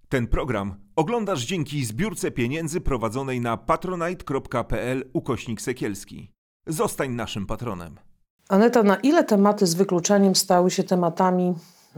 Ten program oglądasz dzięki zbiórce pieniędzy prowadzonej na patronite.pl/Sekielski. Zostań naszym patronem. Aneta, na ile tematy z wykluczeniem stały się tematami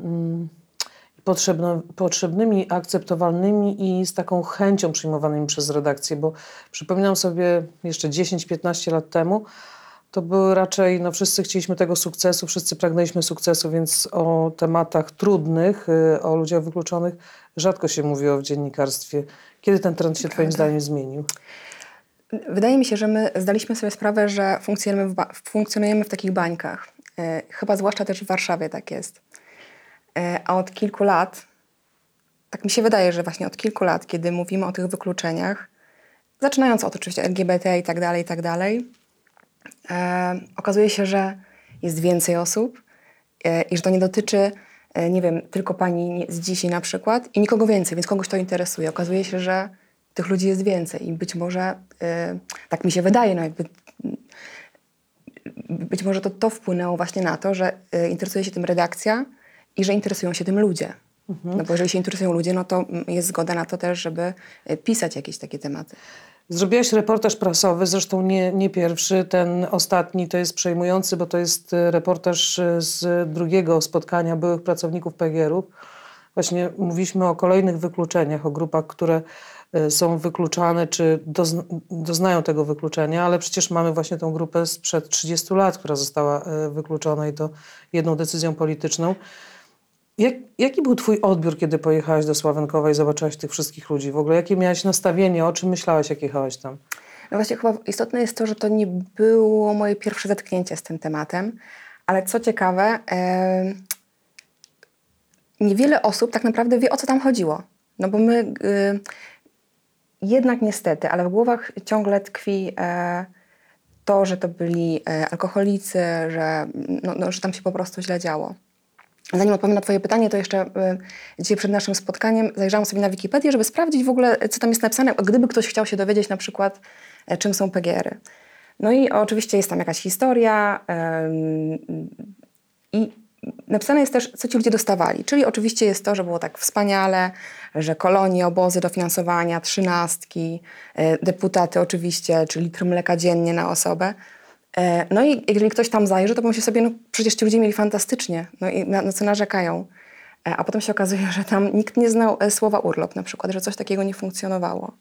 potrzebnymi, akceptowalnymi i z taką chęcią przyjmowanymi przez redakcję? Bo przypominam sobie jeszcze 10-15 lat temu, to były raczej, wszyscy chcieliśmy tego sukcesu, wszyscy pragnęliśmy sukcesu, więc o tematach trudnych, o ludziach wykluczonych rzadko się mówiło w dziennikarstwie. Kiedy ten trend się twoim zdaniem zmienił? Wydaje mi się, że my zdaliśmy sobie sprawę, że funkcjonujemy w takich bańkach. Chyba zwłaszcza też w Warszawie tak jest. A od kilku lat, tak mi się wydaje, że właśnie od kilku lat, kiedy mówimy o tych wykluczeniach, zaczynając od oczywiście LGBT i tak dalej, okazuje się, że jest więcej osób i że to nie dotyczy, nie wiem, tylko pani z dzisiaj na przykład i nikogo więcej, więc kogoś to interesuje. Okazuje się, że tych ludzi jest więcej i być może, tak mi się wydaje, być może to wpłynęło właśnie na to, że interesuje się tym redakcja i że interesują się tym ludzie. No bo jeżeli się interesują ludzie, no to jest zgoda na to też, żeby pisać jakieś takie tematy. Zrobiłaś reportaż prasowy, zresztą nie pierwszy. Ten ostatni to jest przejmujący, bo to jest reportaż z drugiego spotkania byłych pracowników PGR-ów. Właśnie mówiliśmy o kolejnych wykluczeniach, o grupach, które są wykluczane, czy doznają tego wykluczenia, ale przecież mamy właśnie tą grupę sprzed 30 lat, która została wykluczona i to jedną decyzją polityczną. Jaki był twój odbiór, kiedy pojechałaś do Sławenkowa i zobaczyłaś tych wszystkich ludzi? W ogóle jakie miałaś nastawienie, o czym myślałaś, jak jechałaś tam? No właśnie chyba istotne jest to, że to nie było moje pierwsze zetknięcie z tym tematem, ale co ciekawe, niewiele osób tak naprawdę wie, o co tam chodziło. No bo my jednak niestety, ale w głowach ciągle tkwi to, że to byli alkoholicy, że tam się po prostu źle działo. Zanim odpowiem na twoje pytanie, to jeszcze dzisiaj przed naszym spotkaniem zajrzałam sobie na Wikipedię, żeby sprawdzić w ogóle, co tam jest napisane, gdyby ktoś chciał się dowiedzieć na przykład, czym są PGR-y. No i oczywiście jest tam jakaś historia i napisane jest też, co ci ludzie dostawali. Czyli oczywiście jest to, że było tak wspaniale, że kolonie, obozy, dofinansowania, 13, deputaty oczywiście, czy litr mleka dziennie na osobę. No i jeżeli ktoś tam zajrzy, to pomyśli sobie, przecież ci ludzie mieli fantastycznie, no i na co narzekają. A potem się okazuje, że tam nikt nie znał słowa urlop na przykład, że coś takiego nie funkcjonowało.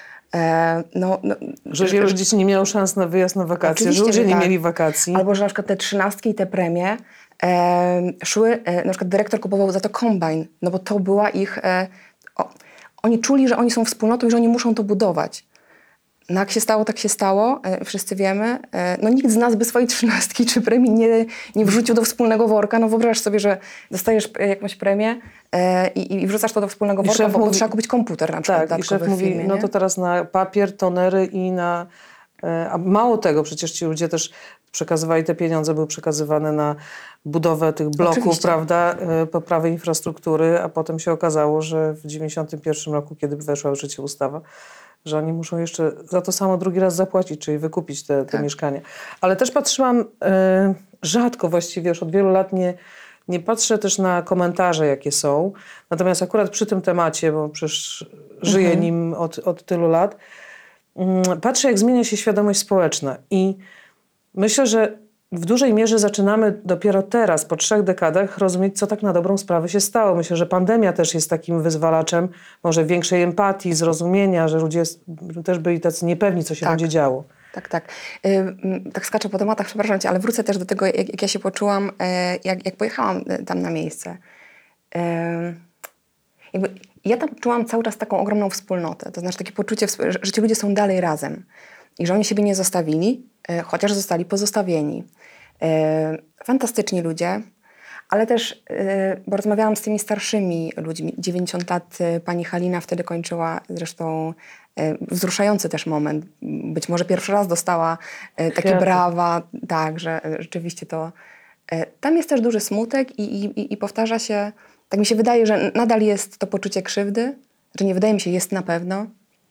Że wielu dzieci nie miało szans na wyjazd na wakacje, że ludzie nie mieli wakacji. Albo że na przykład te 13 i te premie szły, na przykład dyrektor kupował za to kombajn, no bo to była ich... oni czuli, że oni są wspólnotą i że oni muszą to budować. No jak się stało, tak się stało, wszyscy wiemy. Nikt z nas by swojej 13 czy premii nie wrzucił do wspólnego worka. Wyobraź sobie, że dostajesz jakąś premię i wrzucasz to do wspólnego worka, bo trzeba kupić komputer na przykład. Tak, i szef mówi, firmie, to teraz na papier, tonery i na... A mało tego, przecież ci ludzie też przekazywali te pieniądze, były przekazywane na budowę tych bloków, oczywiście, prawda, poprawę infrastruktury, a potem się okazało, że w 91 roku, kiedy weszła w życie ustawa, że oni muszą jeszcze za to samo drugi raz zapłacić, czyli wykupić te mieszkania. Ale też patrzyłam rzadko właściwie, już od wielu lat nie patrzę też na komentarze, jakie są. Natomiast akurat przy tym temacie, bo przecież żyję nim od tylu lat, patrzę, jak zmienia się świadomość społeczna. I myślę, że w dużej mierze zaczynamy dopiero teraz, po 3 dekadach, rozumieć, co tak na dobrą sprawę się stało. Myślę, że pandemia też jest takim wyzwalaczem może większej empatii, zrozumienia, że ludzie też byli tacy niepewni, co się będzie działo. Tak. Tak skaczę po tematach, przepraszam cię, ale wrócę też do tego, jak ja się poczułam, jak pojechałam tam na miejsce. Ja tam czułam cały czas taką ogromną wspólnotę. To znaczy takie poczucie, że ci ludzie są dalej razem. I że oni siebie nie zostawili, chociaż zostali pozostawieni. Fantastyczni ludzie, ale też, bo rozmawiałam z tymi starszymi ludźmi, 90 lat pani Halina wtedy kończyła, zresztą wzruszający też moment. Być może pierwszy raz dostała takie brawa, tak, że rzeczywiście to... Tam jest też duży smutek i powtarza się, tak mi się wydaje, że nadal jest to poczucie krzywdy, że nie wydaje mi się, jest na pewno.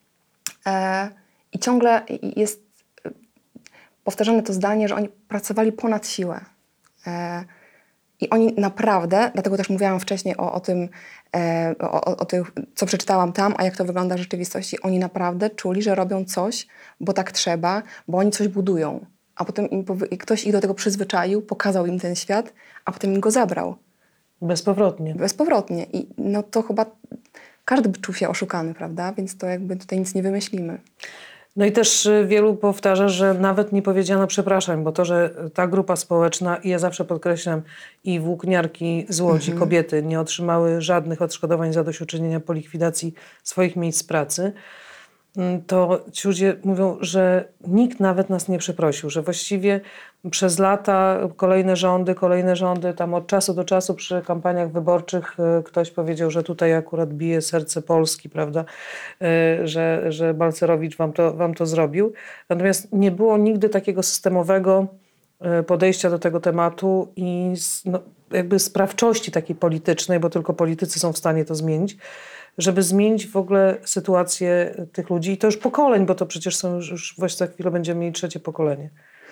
I ciągle jest powtarzane to zdanie, że oni pracowali ponad siłę. I oni naprawdę, dlatego też mówiłam wcześniej o tym, o tym, co przeczytałam tam, a jak to wygląda w rzeczywistości, oni naprawdę czuli, że robią coś, bo tak trzeba, bo oni coś budują. A potem ktoś ich do tego przyzwyczaił, pokazał im ten świat, a potem im go zabrał. Bezpowrotnie. Bezpowrotnie. I no to chyba każdy by czuł się oszukany, prawda? Więc to jakby tutaj nic nie wymyślimy. No i też wielu powtarza, że nawet nie powiedziano przepraszam, bo to, że ta grupa społeczna, i ja zawsze podkreślam, i włókniarki z Łodzi, kobiety, nie otrzymały żadnych odszkodowań zadośćuczynienia po likwidacji swoich miejsc pracy, to ci ludzie mówią, że nikt nawet nas nie przeprosił, że właściwie przez lata kolejne rządy, tam od czasu do czasu przy kampaniach wyborczych ktoś powiedział, że tutaj akurat bije serce Polski, prawda, że Balcerowicz wam to zrobił. Natomiast nie było nigdy takiego systemowego podejścia do tego tematu i jakby sprawczości takiej politycznej, bo tylko politycy są w stanie to zmienić, żeby zmienić w ogóle sytuację tych ludzi i to już pokoleń, bo to przecież są już właśnie za chwilę będziemy mieli trzecie pokolenie.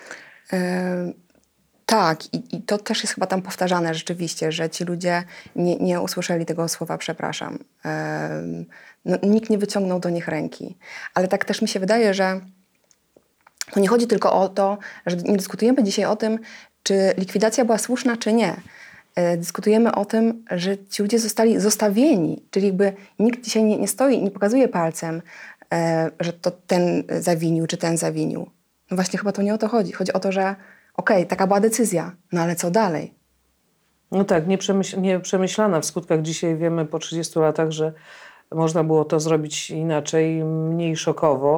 Tak, i to też jest chyba tam powtarzane rzeczywiście, że ci ludzie nie usłyszeli tego słowa przepraszam. No, nikt nie wyciągnął do nich ręki. Ale tak też mi się wydaje, że to nie chodzi tylko o to, że nie dyskutujemy dzisiaj o tym, czy likwidacja była słuszna, czy nie. Dyskutujemy o tym, że ci ludzie zostali zostawieni, czyli jakby nikt dzisiaj nie stoi i nie pokazuje palcem, że to ten zawinił, czy ten zawinił. No właśnie chyba to nie o to chodzi. Chodzi o to, że okej, taka była decyzja, no ale co dalej? No tak, nieprzemyślana w skutkach. Dzisiaj wiemy po 30 latach, że można było to zrobić inaczej, mniej szokowo,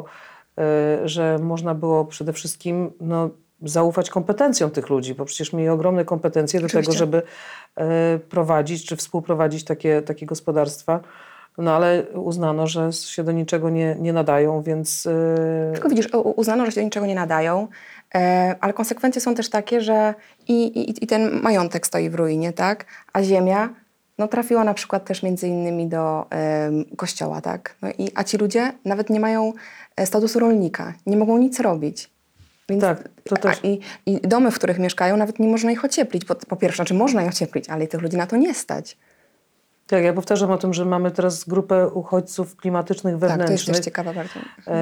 że można było przede wszystkim zaufać kompetencjom tych ludzi, bo przecież mieli ogromne kompetencje do tego, żeby prowadzić czy współprowadzić takie gospodarstwa. No ale uznano, że się do niczego nie nadają, więc... Tylko widzisz, uznano, że się do niczego nie nadają, ale konsekwencje są też takie, że i ten majątek stoi w ruinie, tak? A ziemia trafiła na przykład też między innymi do kościoła, tak? A ci ludzie nawet nie mają statusu rolnika, nie mogą nic robić. Więc, tak, to też... I domy, w których mieszkają, nawet nie można ich ocieplić. Po pierwsze, znaczy można ich ocieplić, ale tych ludzi na to nie stać. Tak, ja powtarzam o tym, że mamy teraz grupę uchodźców klimatycznych wewnętrznych. Tak, to jest też ciekawe bardzo.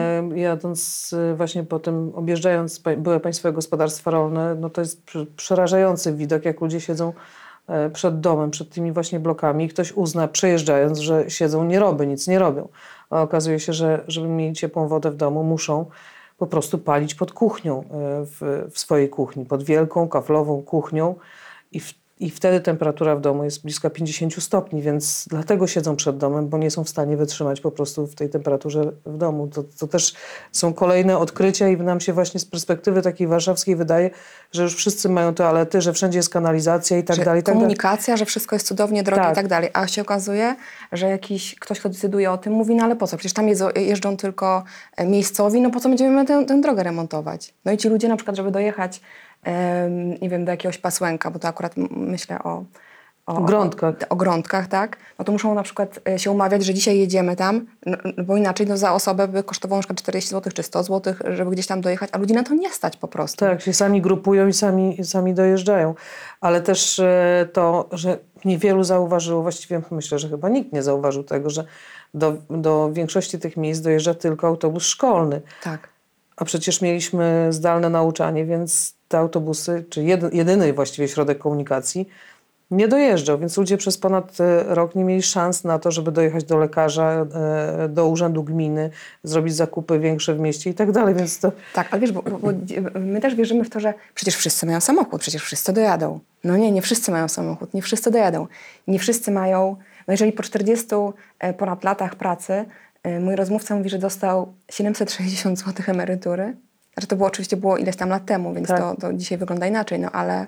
Jadąc właśnie potem, objeżdżając były państwowe gospodarstwa rolne, no to jest przerażający widok, jak ludzie siedzą przed domem, przed tymi właśnie blokami i ktoś uzna, przejeżdżając, że siedzą nieroby, nic nie robią. A okazuje się, że żeby mieć ciepłą wodę w domu, muszą po prostu palić pod kuchnią, w swojej kuchni, pod wielką, kaflową kuchnią i wtedy temperatura w domu jest bliska 50 stopni, więc dlatego siedzą przed domem, bo nie są w stanie wytrzymać po prostu w tej temperaturze w domu. To też są kolejne odkrycia i nam się właśnie z perspektywy takiej warszawskiej wydaje, że już wszyscy mają toalety, że wszędzie jest kanalizacja i tak dalej. Komunikacja, że wszystko jest cudownie drogie i tak dalej. A się okazuje, że ktoś, kto decyduje o tym, mówi, no ale po co? Przecież tam jeżdżą tylko miejscowi, no po co będziemy tę drogę remontować? No i ci ludzie na przykład, żeby dojechać nie wiem, do jakiegoś pasłęka, bo to akurat myślę o grądkach, tak? No to muszą na przykład się umawiać, że dzisiaj jedziemy tam, bo inaczej za osobę by kosztowało na przykład 40 zł czy 100 zł, żeby gdzieś tam dojechać, a ludzi na to nie stać po prostu. Tak, się sami grupują i sami dojeżdżają. Ale też to, że niewielu zauważyło, właściwie myślę, że chyba nikt nie zauważył tego, że do większości tych miejsc dojeżdża tylko autobus szkolny. Tak. A przecież mieliśmy zdalne nauczanie, więc te autobusy, czy jedyny właściwie środek komunikacji, nie dojeżdżał. Więc ludzie przez ponad rok nie mieli szans na to, żeby dojechać do lekarza, do urzędu gminy, zrobić zakupy większe w mieście i tak dalej. Więc to... Tak, ale wiesz, bo my też wierzymy w to, że przecież wszyscy mają samochód, przecież wszyscy dojadą. No nie wszyscy mają samochód, nie wszyscy dojadą. Nie wszyscy mają... No jeżeli po 40 ponad latach pracy mój rozmówca mówi, że dostał 760 zł emerytury. Znaczy to oczywiście było ileś tam lat temu, więc tak. to dzisiaj wygląda inaczej, no ale...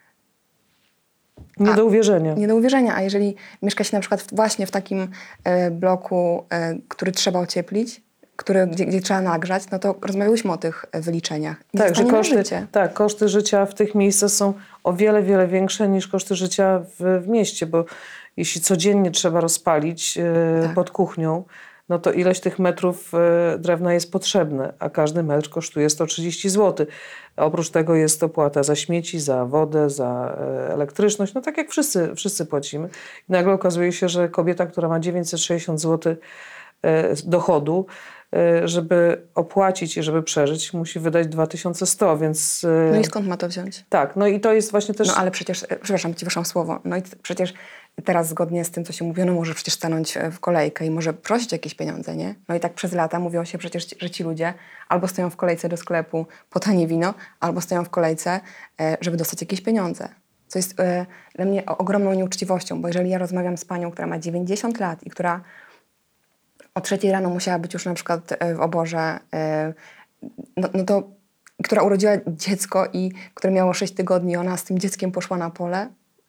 Nie do uwierzenia. Nie do uwierzenia, a jeżeli mieszka się na przykład właśnie w takim bloku, który trzeba ocieplić, gdzie trzeba nagrzać, no to rozmawiałyśmy o tych wyliczeniach. Tak, że koszty życia w tych miejscach są o wiele, wiele większe niż koszty życia w mieście, bo jeśli codziennie trzeba rozpalić pod kuchnią no to ileś tych metrów drewna jest potrzebne, a każdy metr kosztuje 130 zł. Oprócz tego jest opłata za śmieci, za wodę, za elektryczność, no tak jak wszyscy płacimy. I nagle okazuje się, że kobieta, która ma 960 zł dochodu, żeby opłacić i żeby przeżyć, musi wydać 2100, więc... No i skąd ma to wziąć? Tak, no i to jest właśnie też... No ale przecież, przepraszam, ci weszłam w słowo, no i przecież teraz zgodnie z tym, co się mówi, no może przecież stanąć w kolejkę i może prosić o jakieś pieniądze, nie? No i tak przez lata mówiło się przecież, że ci ludzie albo stoją w kolejce do sklepu po tanie wino, albo stoją w kolejce, żeby dostać jakieś pieniądze. Co jest dla mnie ogromną nieuczciwością, bo jeżeli ja rozmawiam z panią, która ma 90 lat i która o 3 rano musiała być już na przykład w oborze, no to która urodziła dziecko i które miało 6 tygodni, ona z tym dzieckiem poszła na pole,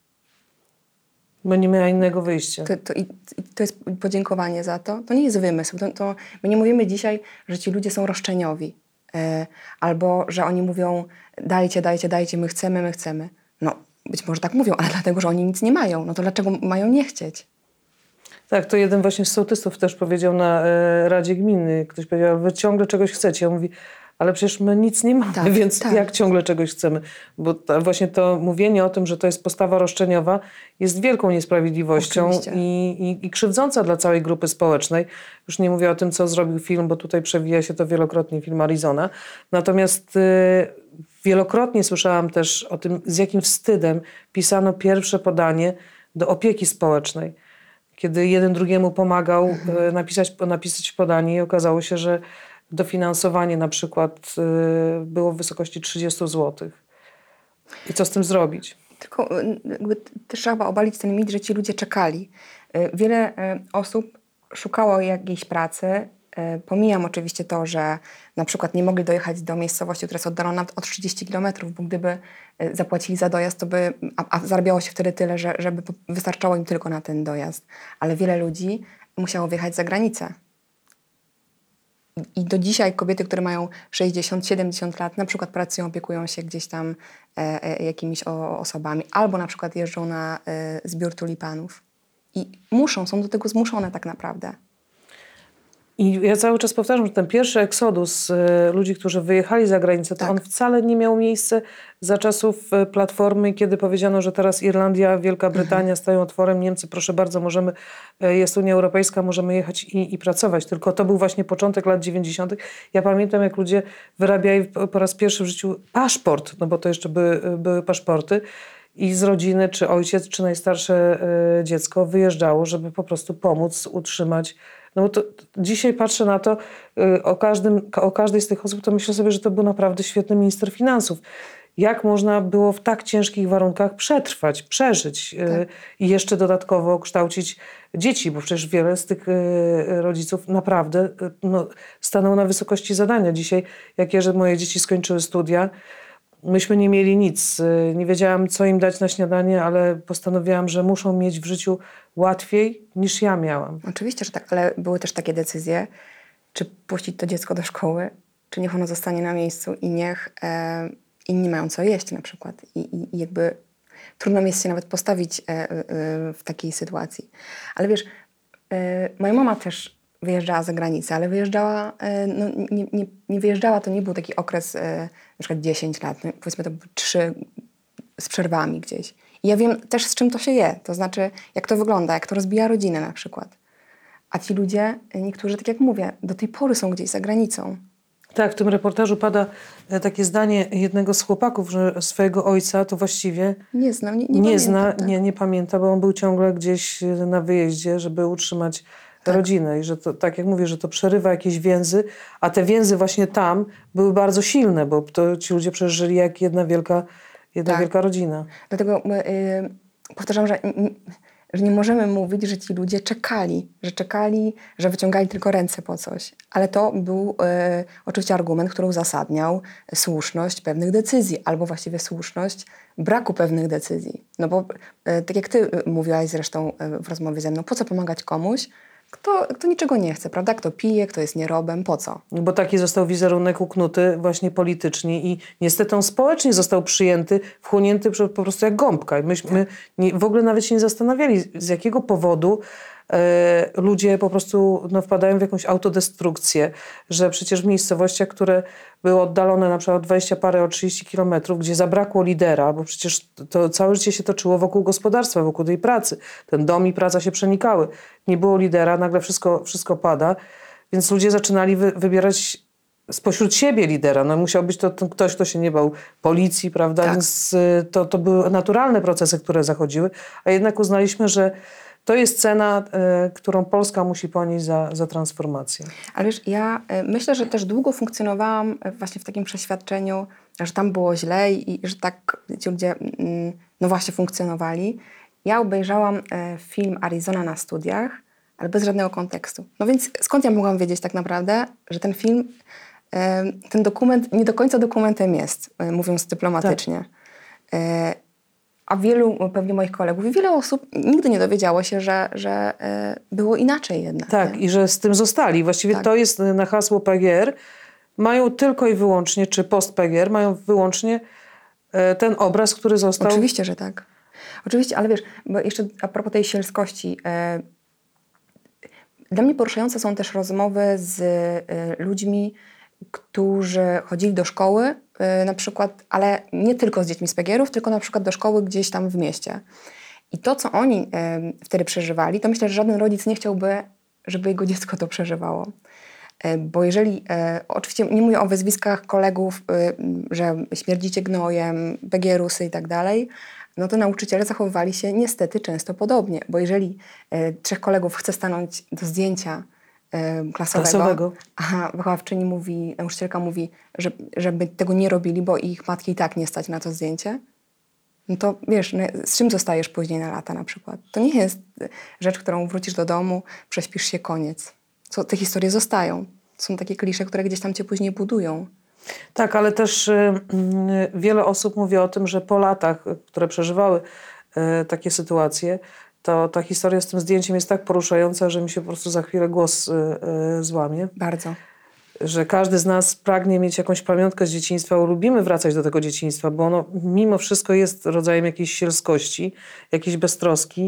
Bo nie miała innego wyjścia. to jest podziękowanie za to. To nie jest wymysł. My nie mówimy dzisiaj, że ci ludzie są roszczeniowi. Albo, że oni mówią dajcie, dajcie, dajcie, my chcemy. No, być może tak mówią, ale dlatego, że oni nic nie mają. No to dlaczego mają nie chcieć? Tak, to jeden właśnie z sołtysów też powiedział na Radzie Gminy. Ktoś powiedział, wy ciągle czegoś chcecie. On mówi, ale przecież my nic nie mamy, Tak, więc tak. jak ciągle czegoś chcemy? Bo właśnie to mówienie o tym, że to jest postawa roszczeniowa, jest wielką niesprawiedliwością i krzywdząca dla całej grupy społecznej. Już nie mówię o tym, co zrobił film, bo tutaj przewija się to wielokrotnie, film Arizona. Natomiast wielokrotnie słyszałam też o tym, z jakim wstydem pisano pierwsze podanie do opieki społecznej. Kiedy jeden drugiemu pomagał napisać podanie i okazało się, że dofinansowanie na przykład było w wysokości 30 zł. I co z tym zrobić? Tylko jakby też trzeba obalić ten mit, że ci ludzie czekali. Wiele osób szukało jakiejś pracy. Pomijam oczywiście to, że na przykład nie mogli dojechać do miejscowości, która jest oddalona o 30 km, bo gdyby zapłacili za dojazd, to by, a zarabiało się wtedy tyle, żeby wystarczało im tylko na ten dojazd. Ale wiele ludzi musiało wyjechać za granicę. I do dzisiaj kobiety, które mają 60-70 lat, na przykład pracują, opiekują się gdzieś tam jakimiś osobami, albo na przykład jeżdżą na zbiór tulipanów. I są do tego zmuszone tak naprawdę. I ja cały czas powtarzam, że ten pierwszy eksodus ludzi, którzy wyjechali za granicę, to Tak. on wcale nie miał miejsca za czasów Platformy, kiedy powiedziano, że teraz Irlandia, Wielka Brytania stają otworem, Niemcy, proszę bardzo, jest Unia Europejska, możemy jechać i pracować. Tylko to był właśnie początek lat 90. Ja pamiętam, jak ludzie wyrabiali po raz pierwszy w życiu paszport, no bo to jeszcze były paszporty, i z rodziny, czy ojciec, czy najstarsze dziecko wyjeżdżało, żeby po prostu pomóc, utrzymać. No bo to dzisiaj patrzę na to, o każdej z tych osób, to myślę sobie, że to był naprawdę świetny minister finansów. Jak można było w tak ciężkich warunkach przetrwać, przeżyć i jeszcze dodatkowo kształcić dzieci, bo przecież wiele z tych rodziców naprawdę stanęło na wysokości zadania. Dzisiaj, że moje dzieci skończyły studia, myśmy nie mieli nic. Nie wiedziałam, co im dać na śniadanie, ale postanowiłam, że muszą mieć w życiu łatwiej niż ja miałam. Oczywiście, że tak, ale były też takie decyzje, czy puścić to dziecko do szkoły, czy niech ono zostanie na miejscu i niech inni mają co jeść na przykład. I jakby trudno mi jest się nawet postawić w takiej sytuacji. Ale wiesz, moja mama też wyjeżdżała za granicę, ale wyjeżdżała, nie wyjeżdżała, to nie był taki okres na przykład 10 lat, no, powiedzmy to były 3 z przerwami gdzieś. I ja wiem też, z czym to się je, to znaczy jak to wygląda, jak to rozbija rodzinę na przykład. A ci ludzie, niektórzy, tak jak mówię, do tej pory są gdzieś za granicą. Tak, w tym reportażu pada takie zdanie jednego z chłopaków, że swojego ojca to właściwie nie pamięta, bo on był ciągle gdzieś na wyjeździe, żeby utrzymać rodzinę. I że to, tak jak mówię, że to przerywa jakieś więzy, a te więzy właśnie tam były bardzo silne, bo to ci ludzie przeżyli jak jedna wielka rodzina. Dlatego powtarzam, że nie możemy mówić, że ci ludzie czekali, że wyciągali tylko ręce po coś. Ale to był oczywiście argument, który uzasadniał słuszność pewnych decyzji, albo właściwie słuszność braku pewnych decyzji. No bo tak jak ty mówiłaś zresztą w rozmowie ze mną, po co pomagać komuś, kto niczego nie chce, prawda? Kto pije, kto jest nierobem, po co? Bo taki został wizerunek uknuty właśnie politycznie i niestety on społecznie został przyjęty, wchłonięty po prostu jak gąbka. Myśmy w ogóle nawet się nie zastanawiali, z jakiego powodu ludzie po prostu wpadają w jakąś autodestrukcję, że przecież w miejscowościach, które były oddalone na przykład 20 parę o 30 kilometrów, gdzie zabrakło lidera, bo przecież to całe życie się toczyło wokół gospodarstwa, wokół tej pracy. Ten dom i praca się przenikały. Nie było lidera, nagle wszystko pada, więc ludzie zaczynali wybierać spośród siebie lidera. No musiał być to ktoś, kto się nie bał policji, prawda? Tak. Więc to były naturalne procesy, które zachodziły, a jednak uznaliśmy, że to jest cena, którą Polska musi ponieść za transformację. Ale wiesz, ja myślę, że też długo funkcjonowałam właśnie w takim przeświadczeniu, że tam było źle i że tak ci ludzie no właśnie funkcjonowali. Ja obejrzałam film Arizona na studiach, ale bez żadnego kontekstu. No więc skąd ja mogłam wiedzieć tak naprawdę, że ten film, ten dokument nie do końca dokumentem jest, mówiąc dyplomatycznie. Tak. A wielu pewnie moich kolegów i wiele osób nigdy nie dowiedziało się, że było inaczej jednak. Tak, nie? i że z tym zostali. Właściwie Tak. to jest na hasło PGR. Mają tylko i wyłącznie, czy post-PGR, mają wyłącznie ten obraz, który został... Oczywiście, że tak. Oczywiście, ale wiesz, bo jeszcze a propos tej sielskości, dla mnie poruszające są też rozmowy z ludźmi, którzy chodzili do szkoły na przykład, ale nie tylko z dziećmi z PGR-ów, tylko na przykład do szkoły gdzieś tam w mieście. I to, co oni wtedy przeżywali, to myślę, że żaden rodzic nie chciałby, żeby jego dziecko to przeżywało. Bo jeżeli, oczywiście nie mówię o wyzwiskach kolegów, że śmierdzicie gnojem, PGR-usy i tak dalej, no to nauczyciele zachowywali się niestety często podobnie. Bo jeżeli 3 kolegów chce stanąć do zdjęcia klasowego. A wychowawczyni mówi, nauczycielka mówi, żeby tego nie robili, bo ich matki i tak nie stać na to zdjęcie, no to wiesz, no, z czym zostajesz później na lata na przykład? To nie jest rzecz, którą wrócisz do domu, prześpisz się, koniec. Te historie zostają. Są takie klisze, które gdzieś tam cię później budują. Tak, ale też wiele osób mówi o tym, że po latach, które przeżywały takie sytuacje, to ta historia z tym zdjęciem jest tak poruszająca, że mi się po prostu za chwilę głos złamie. Bardzo. Że każdy z nas pragnie mieć jakąś pamiątkę z dzieciństwa, lubimy wracać do tego dzieciństwa, bo ono mimo wszystko jest rodzajem jakiejś sielskości, jakiejś beztroski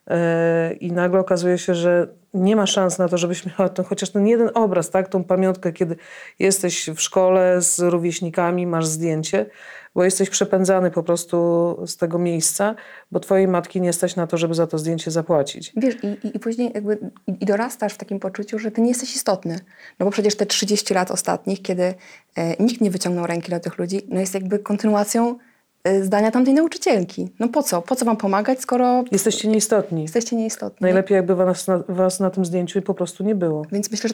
i nagle okazuje się, że nie ma szans na to, żebyś miała chociaż ten jeden obraz, tak? Tą pamiątkę, kiedy jesteś w szkole z rówieśnikami, masz zdjęcie, bo jesteś przepędzany po prostu z tego miejsca, bo twojej matki nie stać na to, żeby za to zdjęcie zapłacić. Wiesz, i później jakby i dorastasz w takim poczuciu, że ty nie jesteś istotny. No bo przecież te 30 lat ostatnich, kiedy nikt nie wyciągnął ręki do tych ludzi, no jest jakby kontynuacją zdania tamtej nauczycielki. No po co? Po co wam pomagać, skoro... Jesteście nieistotni. Jesteście nieistotni. Najlepiej jakby was na tym zdjęciu po prostu nie było. Więc myślę,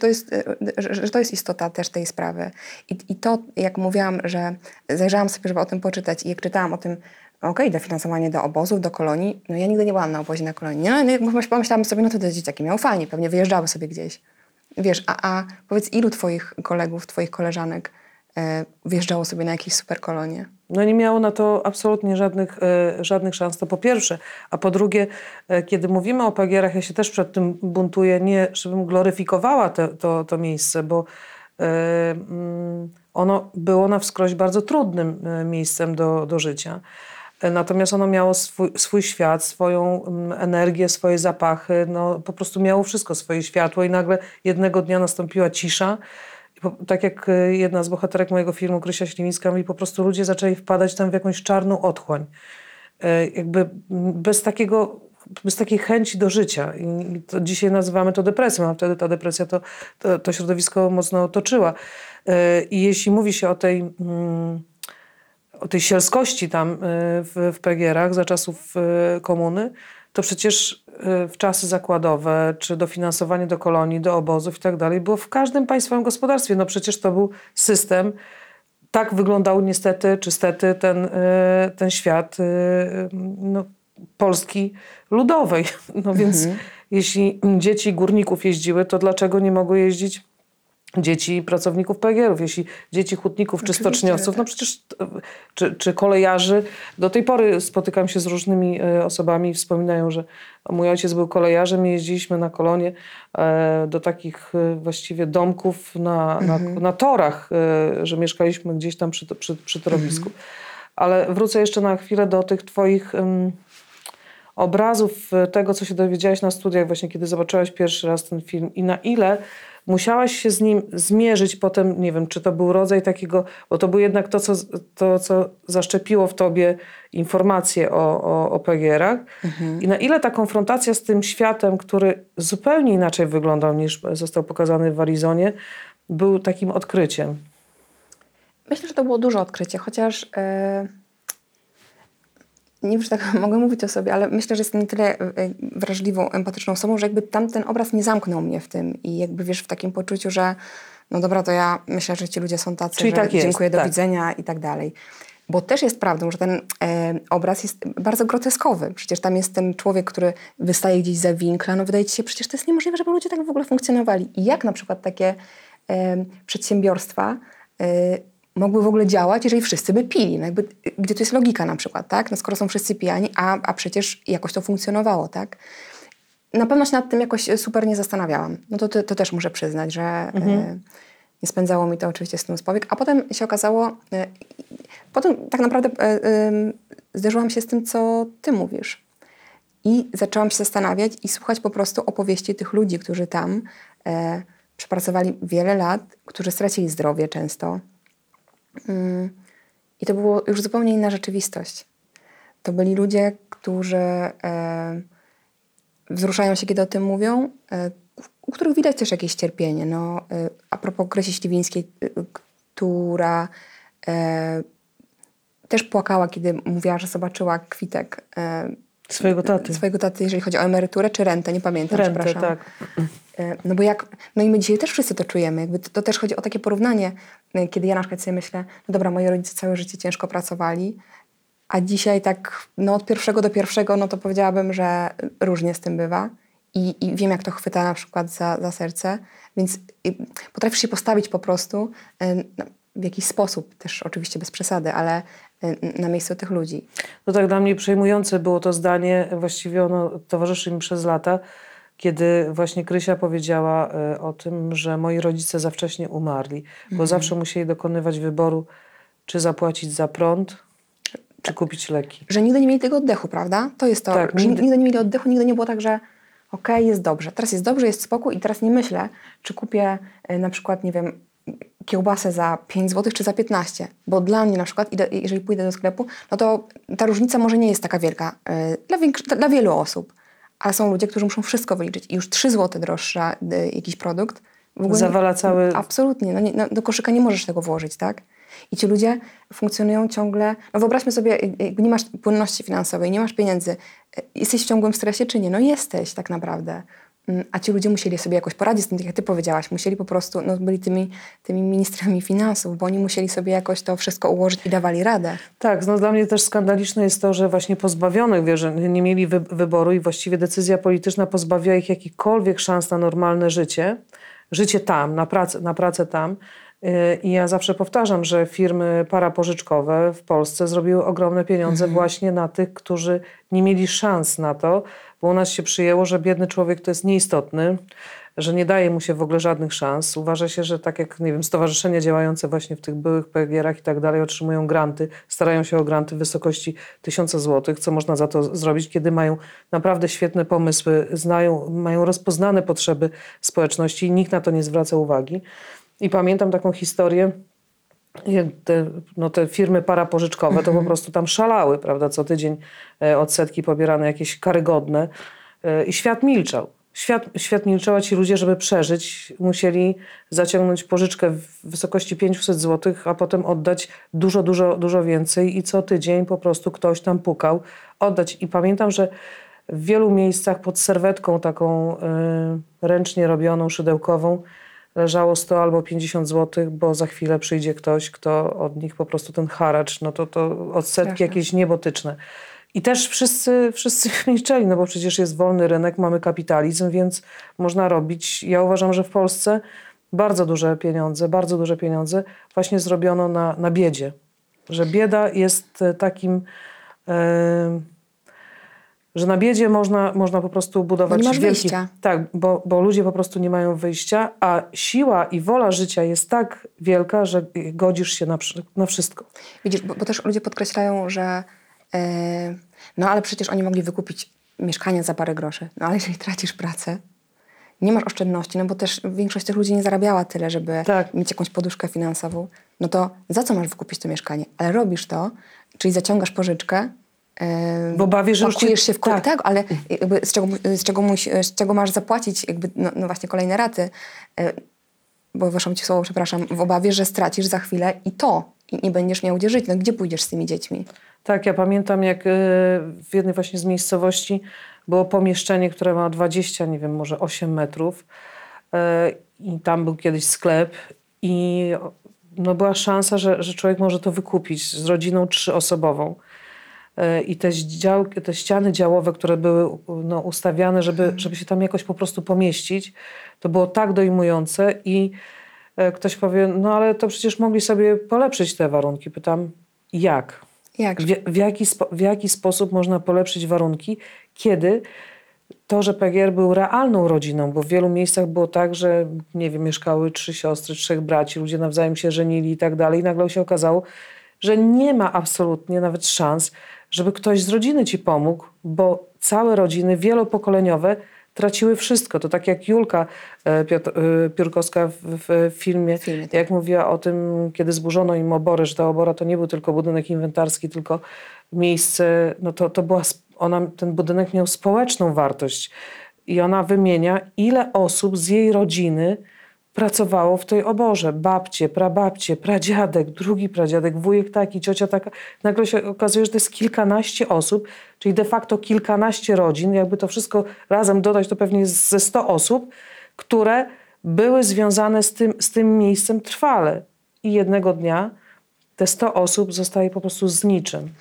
że to jest istota też tej sprawy. I to, jak mówiłam, że zajrzałam sobie, żeby o tym poczytać i jak czytałam o tym, dofinansowanie do obozów, do kolonii, no ja nigdy nie byłam na obozie na kolonii. No, pomyślałam sobie, no to te dzieciaki miały fajnie, pewnie wyjeżdżały sobie gdzieś. Wiesz, a powiedz, ilu twoich kolegów, twoich koleżanek wyjeżdżało sobie na jakieś super kolonie? No nie miało na to absolutnie żadnych szans, to po pierwsze. A po drugie, kiedy mówimy o PGR-ach, ja się też przed tym buntuję, nie żebym gloryfikowała to miejsce, bo ono było na wskroś bardzo trudnym miejscem do życia. Natomiast ono miało swój świat, swoją energię, swoje zapachy, no po prostu miało wszystko, swoje światło i nagle jednego dnia nastąpiła cisza. Tak jak jedna z bohaterek mojego filmu, Krysia Śliwicka, mówi, po prostu ludzie zaczęli wpadać tam w jakąś czarną otchłań. Jakby bez takiej chęci do życia. I to dzisiaj nazywamy to depresją, a wtedy ta depresja to środowisko mocno otoczyła. I jeśli mówi się o tej sielskości tam w PGR-ach za czasów komuny, to przecież w czasy zakładowe, czy dofinansowanie do kolonii, do obozów i tak dalej, było w każdym państwowym gospodarstwie. No przecież to był system. Tak wyglądał niestety, czy stety ten świat Polski ludowej. No więc jeśli dzieci górników jeździły, to dlaczego nie mogły jeździć dzieci pracowników PGR-ów, jeśli dzieci hutników czy stoczniowców, no przecież czy kolejarzy. Do tej pory spotykam się z różnymi osobami i wspominają, że mój ojciec był kolejarzem i jeździliśmy na kolonie do takich właściwie domków na torach, że mieszkaliśmy gdzieś tam przy torowisku. Ale wrócę jeszcze na chwilę do tych twoich obrazów tego, co się dowiedziałaś na studiach, właśnie kiedy zobaczyłaś pierwszy raz ten film i na ile musiałaś się z nim zmierzyć potem, nie wiem, czy to był rodzaj takiego, bo to był jednak to, co zaszczepiło w tobie informacje o PGR-ach i na ile ta konfrontacja z tym światem, który zupełnie inaczej wyglądał niż został pokazany w Arizonie, był takim odkryciem. Myślę, że to było duże odkrycie, chociaż nie wiem, czy tak mogę mówić o sobie, ale myślę, że jestem na tyle wrażliwą, empatyczną osobą, że jakby tamten obraz nie zamknął mnie w tym i jakby wiesz, w takim poczuciu, że no dobra, to ja myślę, że ci ludzie są tacy, czyli że tak jest, dziękuję, do tak. widzenia i tak dalej. Bo też jest prawdą, że ten obraz jest bardzo groteskowy. Przecież tam jest ten człowiek, który wystaje gdzieś za winkla. No wydaje ci się, przecież to jest niemożliwe, żeby ludzie tak w ogóle funkcjonowali. I jak na przykład takie przedsiębiorstwa mogły w ogóle działać, jeżeli wszyscy by pili. No jakby, gdzie tu jest logika na przykład, tak? No skoro są wszyscy pijani, a przecież jakoś to funkcjonowało, tak? Na pewno się nad tym jakoś super nie zastanawiałam. No to też muszę przyznać, że nie spędzało mi to oczywiście z tym z powiek. A potem się okazało, potem tak naprawdę zderzyłam się z tym, co ty mówisz. I zaczęłam się zastanawiać i słuchać po prostu opowieści tych ludzi, którzy tam przepracowali wiele lat, którzy stracili zdrowie często. I to była już zupełnie inna rzeczywistość. To byli ludzie, którzy wzruszają się, kiedy o tym mówią, u których widać też jakieś cierpienie. No, a propos Krysi Śliwińskiej, która też płakała, kiedy mówiła, że zobaczyła kwitek Swojego taty, jeżeli chodzi o emeryturę czy rentę, nie pamiętam, Rentę, przepraszam. tak. No bo no i my dzisiaj też wszyscy to czujemy. Jakby to też chodzi o takie porównanie, kiedy ja na przykład sobie myślę, no dobra, moi rodzice całe życie ciężko pracowali, a dzisiaj tak no od pierwszego do pierwszego, no to powiedziałabym, że różnie z tym bywa. I wiem, jak to chwyta na przykład za serce, więc potrafisz się postawić po prostu w jakiś sposób, też oczywiście bez przesady, ale na miejscu tych ludzi. No tak, dla mnie przejmujące było to zdanie, właściwie ono towarzyszy mi przez lata, kiedy właśnie Krysia powiedziała o tym, że moi rodzice za wcześnie umarli, bo zawsze musieli dokonywać wyboru, czy zapłacić za prąd, czy kupić leki. Że nigdy nie mieli tego oddechu, prawda? To jest to, Tak, że nigdy nie mieli oddechu, nigdy nie było tak, że okej, jest dobrze, teraz jest dobrze, jest spokój i teraz nie myślę, czy kupię na przykład, nie wiem, kiełbasę za 5 zł czy za 15. Bo dla mnie na przykład, jeżeli pójdę do sklepu, no to ta różnica może nie jest taka wielka dla wielu osób. Ale są ludzie, którzy muszą wszystko wyliczyć i już 3 zł droższa jakiś produkt w ogóle Zawala cały... Absolutnie. No, do koszyka nie możesz tego włożyć, tak? I ci ludzie funkcjonują ciągle... No wyobraźmy sobie, jakby nie masz płynności finansowej, nie masz pieniędzy, jesteś w ciągłym stresie czy nie? No jesteś tak naprawdę. A ci ludzie musieli sobie jakoś poradzić z tym, tak jak ty powiedziałaś. Musieli po prostu, no byli tymi ministrami finansów, bo oni musieli sobie jakoś to wszystko ułożyć i dawali radę. Tak, no dla mnie też skandaliczne jest to, że właśnie pozbawionych, wiesz, że nie mieli wyboru i właściwie decyzja polityczna pozbawiła ich jakichkolwiek szans na normalne życie. Życie tam, na pracę tam. I ja zawsze powtarzam, że firmy parapożyczkowe w Polsce zrobiły ogromne pieniądze właśnie na tych, którzy nie mieli szans na to, bo u nas się przyjęło, że biedny człowiek to jest nieistotny, że nie daje mu się w ogóle żadnych szans. Uważa się, że tak jak, nie wiem, stowarzyszenia działające właśnie w tych byłych PGR-ach i tak dalej otrzymują granty, starają się o granty w wysokości 1000 złotych, co można za to zrobić, kiedy mają naprawdę świetne pomysły, mają rozpoznane potrzeby społeczności i nikt na to nie zwraca uwagi. I pamiętam taką historię, te firmy parapożyczkowe to po prostu tam szalały, prawda, co tydzień odsetki pobierane jakieś karygodne i świat milczał. Świat milczał, a ci ludzie, żeby przeżyć, musieli zaciągnąć pożyczkę w wysokości 500 zł, a potem oddać dużo więcej i co tydzień po prostu ktoś tam pukał oddać. I pamiętam, że w wielu miejscach pod serwetką taką ręcznie robioną, szydełkową leżało 100 albo 50 zł, bo za chwilę przyjdzie ktoś, kto od nich po prostu ten haracz, no to odsetki Straszne. jakieś niebotyczne. I też wszyscy milczeli, no bo przecież jest wolny rynek, mamy kapitalizm, więc można robić. Ja uważam, że w Polsce bardzo duże pieniądze właśnie zrobiono na biedzie. Że bieda jest takim... że na biedzie można po prostu budować... Bo nie masz wyjścia. Tak, bo ludzie po prostu nie mają wyjścia, a siła i wola życia jest tak wielka, że godzisz się na wszystko. Widzisz, bo też ludzie podkreślają, że no ale przecież oni mogli wykupić mieszkania za parę groszy. No ale jeżeli tracisz pracę, nie masz oszczędności, no bo też większość tych ludzi nie zarabiała tyle, żeby Tak. mieć jakąś poduszkę finansową, no to za co masz wykupić to mieszkanie? Ale robisz to, czyli zaciągasz pożyczkę, W obawie, że już pakujesz się w tak. tak, ale jakby z czego masz zapłacić jakby, no właśnie kolejne raty, bo weszło ci słowo, przepraszam, w obawie, że stracisz za chwilę i nie będziesz miał gdzie żyć. No gdzie pójdziesz z tymi dziećmi? Tak, ja pamiętam, jak w jednej właśnie z miejscowości było pomieszczenie, które ma 20, nie wiem, może 8 metrów i tam był kiedyś sklep i no była szansa, że człowiek może to wykupić z rodziną 3-osobową. I te ściany działowe, które były no, ustawiane, żeby się tam jakoś po prostu pomieścić, to było tak dojmujące i ktoś powie, no ale to przecież mogli sobie polepszyć te warunki. Pytam, jak? Jak? W jaki sposób można polepszyć warunki, kiedy to, że PGR był realną rodziną, bo w wielu miejscach było tak, że nie wiem, mieszkały 3 siostry, 3 braci, ludzie nawzajem się żenili i tak dalej. I nagle się okazało, że nie ma absolutnie nawet szans, żeby ktoś z rodziny ci pomógł, bo całe rodziny wielopokoleniowe traciły wszystko. To tak jak Julka Piórkowska w filmie, tak. jak mówiła o tym, kiedy zburzono im oborę, że ta obora to nie był tylko budynek inwentarski, tylko miejsce, no to była, ten budynek miał społeczną wartość. I ona wymienia, ile osób z jej rodziny pracowało w tej oborze. Babcie, prababcie, pradziadek, drugi pradziadek, wujek taki, ciocia taka. Nagle się okazuje, że to jest kilkanaście osób, czyli de facto kilkanaście rodzin. Jakby to wszystko razem dodać, to pewnie jest ze 100 osób, które były związane z tym miejscem trwale. I jednego dnia te 100 osób zostaje po prostu z niczym.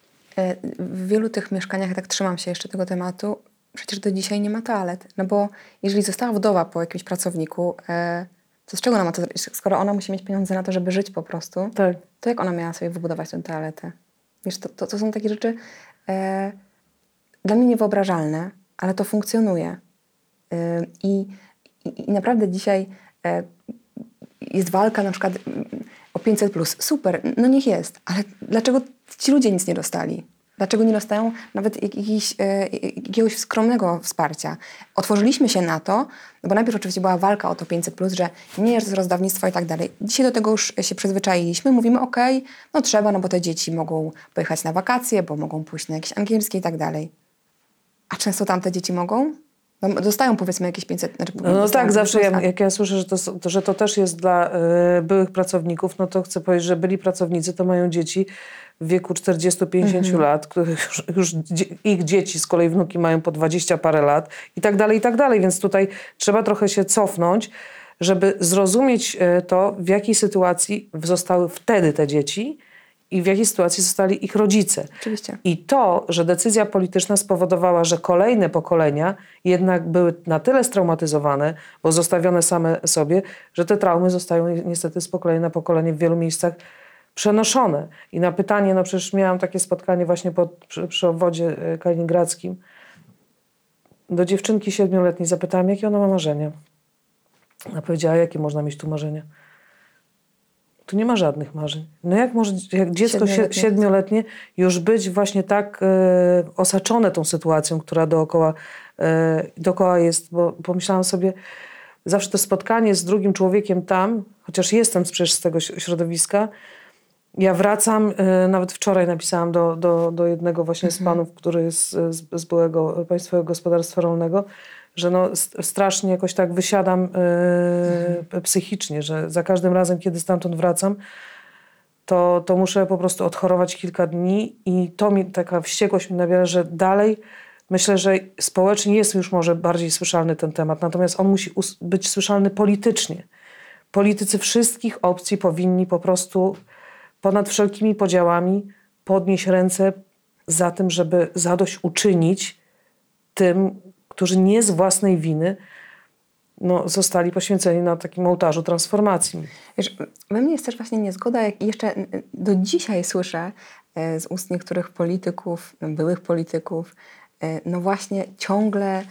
W wielu tych mieszkaniach, tak trzymam się jeszcze tego tematu, przecież do dzisiaj nie ma toalet. No bo jeżeli została wdowa po jakimś pracowniku, to z czego ona ma to zrobić? Skoro ona musi mieć pieniądze na to, żeby żyć po prostu, Tak. to jak ona miała sobie wybudować tę toaletę? Wiesz, to są takie rzeczy dla mnie niewyobrażalne, ale to funkcjonuje. I naprawdę dzisiaj jest walka na przykład o 500+. Super, no niech jest, ale dlaczego ci ludzie nic nie dostali? Dlaczego nie dostają nawet jakiegoś skromnego wsparcia? Otworzyliśmy się na to, no bo najpierw oczywiście była walka o to 500+, że nie jest rozdawnictwo i tak dalej. Dzisiaj do tego już się przyzwyczailiśmy. Mówimy okej, no trzeba, no bo te dzieci mogą pojechać na wakacje, bo mogą pójść na jakieś angielskie i tak dalej. A często tamte dzieci mogą? No, dostają powiedzmy jakieś 500... Znaczy, No tak, zawsze jak ja słyszę, że to też jest dla byłych pracowników, no to chcę powiedzieć, że byli pracownicy to mają dzieci w wieku 40-50 lat, których już ich dzieci, z kolei wnuki mają po 20 parę lat i tak dalej, więc tutaj trzeba trochę się cofnąć, żeby zrozumieć to, w jakiej sytuacji zostały wtedy te dzieci i w jakiej sytuacji zostali ich rodzice. Oczywiście. I to, że decyzja polityczna spowodowała, że kolejne pokolenia jednak były na tyle straumatyzowane, bo zostawione same sobie, że te traumy zostają niestety z pokolenia na pokolenie w wielu miejscach przenoszone. I na pytanie, no przecież miałam takie spotkanie właśnie przy obwodzie kaliningradzkim, do dziewczynki 7-letniej zapytałam, jakie ona ma marzenia. Ona powiedziała, jakie można mieć tu marzenia? Tu nie ma żadnych marzeń. No jak może jak dziecko 7-letnie już być właśnie tak osaczone tą sytuacją, która dookoła jest, bo pomyślałam sobie, zawsze to spotkanie z drugim człowiekiem tam, chociaż jestem przecież z tego środowiska, ja wracam, nawet wczoraj napisałam do jednego właśnie z panów, który jest z byłego Państwowego Gospodarstwa Rolnego, że no strasznie jakoś tak wysiadam psychicznie, że za każdym razem, kiedy stamtąd wracam, to muszę po prostu odchorować kilka dni i to mi taka wściekłość mi nabiera, że dalej myślę, że społecznie jest już może bardziej słyszalny ten temat, natomiast on musi być słyszalny politycznie. Politycy wszystkich opcji powinni po prostu ponad wszelkimi podziałami podnieść ręce za tym, żeby zadośćuczynić tym, którzy nie z własnej winy zostali poświęceni na takim ołtarzu transformacji. Wiesz, we mnie jest też właśnie niezgoda, jak jeszcze do dzisiaj słyszę z ust niektórych polityków, byłych polityków, no właśnie ciągle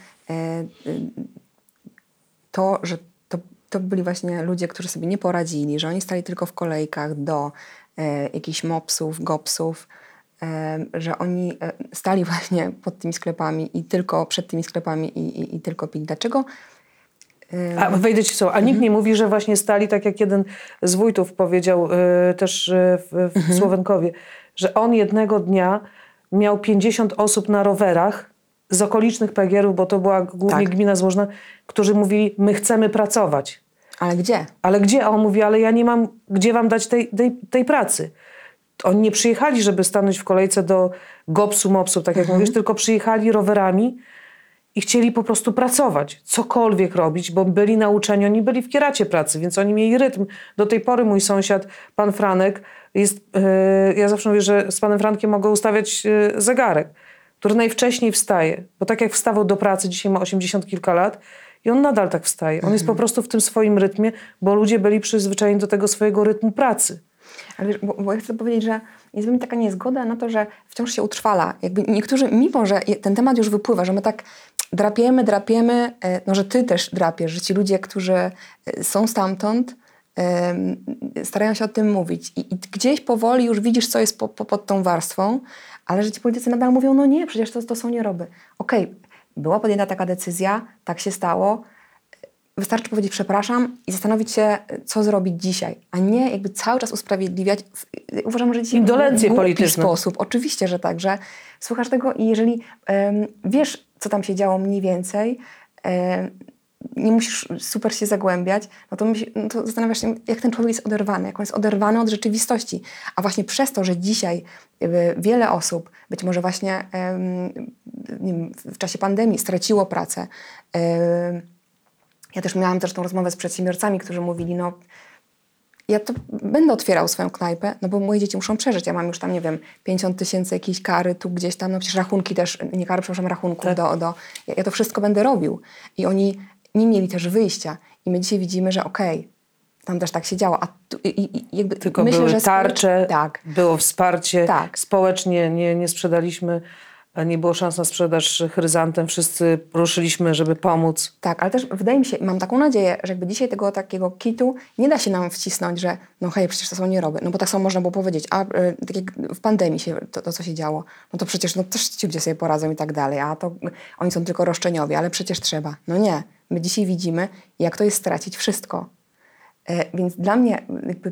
to, że to byli właśnie ludzie, którzy sobie nie poradzili, że oni stali tylko w kolejkach do jakichś mopsów, gopsów. że oni stali właśnie pod tymi sklepami i tylko przed tymi sklepami i tylko pili. Dlaczego? A wejdę ci słowo. A nikt nie mówi, że właśnie stali, tak jak jeden z wójtów powiedział też w Słowenkowie, że on jednego dnia miał 50 osób na rowerach z okolicznych PGR-ów, bo to była głównie gmina złożna, którzy mówili, my chcemy pracować. Ale gdzie? Ale gdzie? A on mówi, ale ja nie mam gdzie wam dać tej pracy. Oni nie przyjechali, żeby stanąć w kolejce do GOPS-u, MOPS-u, tak jak mówisz, tylko przyjechali rowerami i chcieli po prostu pracować, cokolwiek robić, bo byli nauczeni, oni byli w kieracie pracy, więc oni mieli rytm. Do tej pory mój sąsiad, pan Franek, ja zawsze mówię, że z panem Frankiem mogę ustawiać zegarek, który najwcześniej wstaje, bo tak jak wstawał do pracy, dzisiaj ma 80 kilka lat i on nadal tak wstaje. On jest po prostu w tym swoim rytmie, bo ludzie byli przyzwyczajeni do tego swojego rytmu pracy. Ale wiesz, bo ja chcę powiedzieć, że jest mi taka niezgoda na to, że wciąż się utrwala. Jakby niektórzy, mimo że ten temat już wypływa, że my tak drapiemy, no że ty też drapiesz, że ci ludzie, którzy są stamtąd, starają się o tym mówić. I gdzieś powoli już widzisz, co jest pod tą warstwą, ale że ci politycy nadal mówią, no nie, przecież to są nieroby. Okej, była podjęta taka decyzja, tak się stało. Wystarczy powiedzieć przepraszam i zastanowić się, co zrobić dzisiaj, a nie jakby cały czas usprawiedliwiać. Uważam, że dzisiaj indolencje w głupi polityczne. sposób. Oczywiście, że tak, że słuchasz tego i jeżeli wiesz, co tam się działo mniej więcej, nie musisz super się zagłębiać, no to zastanawiasz się, jak ten człowiek jest oderwany, jak on jest oderwany od rzeczywistości. A właśnie przez to, że dzisiaj wiele osób, być może właśnie nie wiem, w czasie pandemii straciło pracę, ja też miałam tą rozmowę z przedsiębiorcami, którzy mówili, no ja to będę otwierał swoją knajpę, no bo moje dzieci muszą przeżyć. Ja mam już tam, nie wiem, 50 000 jakiejś kary, tu gdzieś tam, no przecież rachunki też, nie kary, przepraszam, rachunków ja to wszystko będę robił. I oni nie mieli też wyjścia. I my dzisiaj widzimy, że tam też tak się działo. A jakby Tylko myślę, były że tarcze, tak. było wsparcie, Tak. społecznie nie sprzedaliśmy, nie było szans na sprzedaż chryzantem, wszyscy ruszyliśmy, żeby pomóc. Tak, ale też wydaje mi się, mam taką nadzieję, że jakby dzisiaj tego takiego kitu nie da się nam wcisnąć, że no hej, przecież to są nieroby. No bo tak samo można było powiedzieć, tak jak w pandemii się to co się działo, no to przecież też ci ludzie sobie poradzą i tak dalej, a to oni są tylko roszczeniowi, ale przecież trzeba. No nie. My dzisiaj widzimy, jak to jest stracić wszystko. Więc dla mnie jakby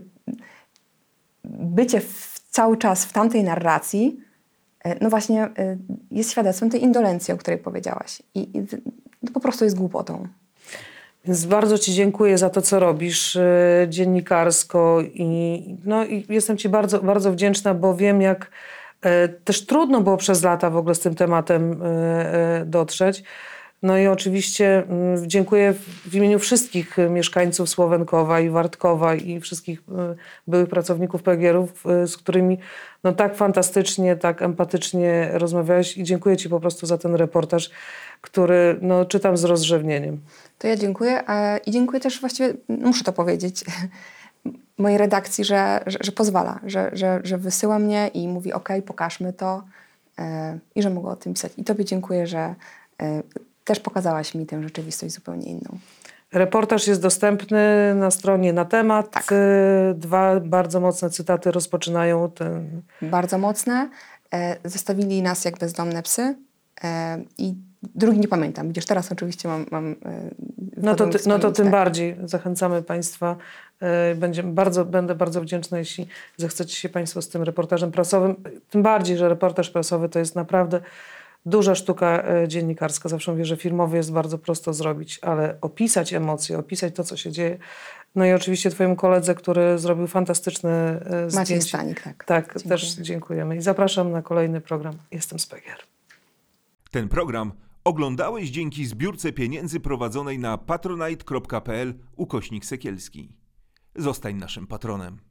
bycie cały czas w tamtej narracji no właśnie jest świadectwem tej indolencji, o której powiedziałaś. I to po prostu jest głupotą. Więc bardzo ci dziękuję za to, co robisz dziennikarsko i jestem ci bardzo, bardzo wdzięczna, bo wiem, jak też trudno było przez lata w ogóle z tym tematem dotrzeć. No i oczywiście dziękuję w imieniu wszystkich mieszkańców Słowenkowa i Wartkowa i wszystkich byłych pracowników PGR-ów, z którymi no tak fantastycznie, tak empatycznie rozmawiałeś i dziękuję ci po prostu za ten reportaż, który no, czytam z rozrzewnieniem. To ja dziękuję i dziękuję też właściwie, muszę to powiedzieć, mojej redakcji, że pozwala, że wysyła mnie i mówi pokażmy to i że mogę o tym pisać. I tobie dziękuję, że też pokazałaś mi tę rzeczywistość zupełnie inną. Reportaż jest dostępny na stronie Na Temat. Tak. 2 bardzo mocne cytaty rozpoczynają ten... Bardzo mocne. Zostawili nas jak bezdomne psy i drugi nie pamiętam. Widzisz, teraz oczywiście mam No to tym bardziej zachęcamy Państwa. Będę bardzo wdzięczna, jeśli zechcecie się Państwo z tym reportażem prasowym. Tym bardziej, że reportaż prasowy to jest naprawdę duża sztuka dziennikarska. Zawsze mówię, że filmowy jest bardzo prosto zrobić, ale opisać emocje, opisać to, co się dzieje. No i oczywiście twojemu koledze, który zrobił fantastyczne zdjęcie. Maciej Stanik, tak. Tak, Dziękuję. też dziękujemy. I zapraszam na kolejny program. Jestem z PGR. Ten program oglądałeś dzięki zbiórce pieniędzy prowadzonej na patronite.pl/Sekielski. Zostań naszym patronem.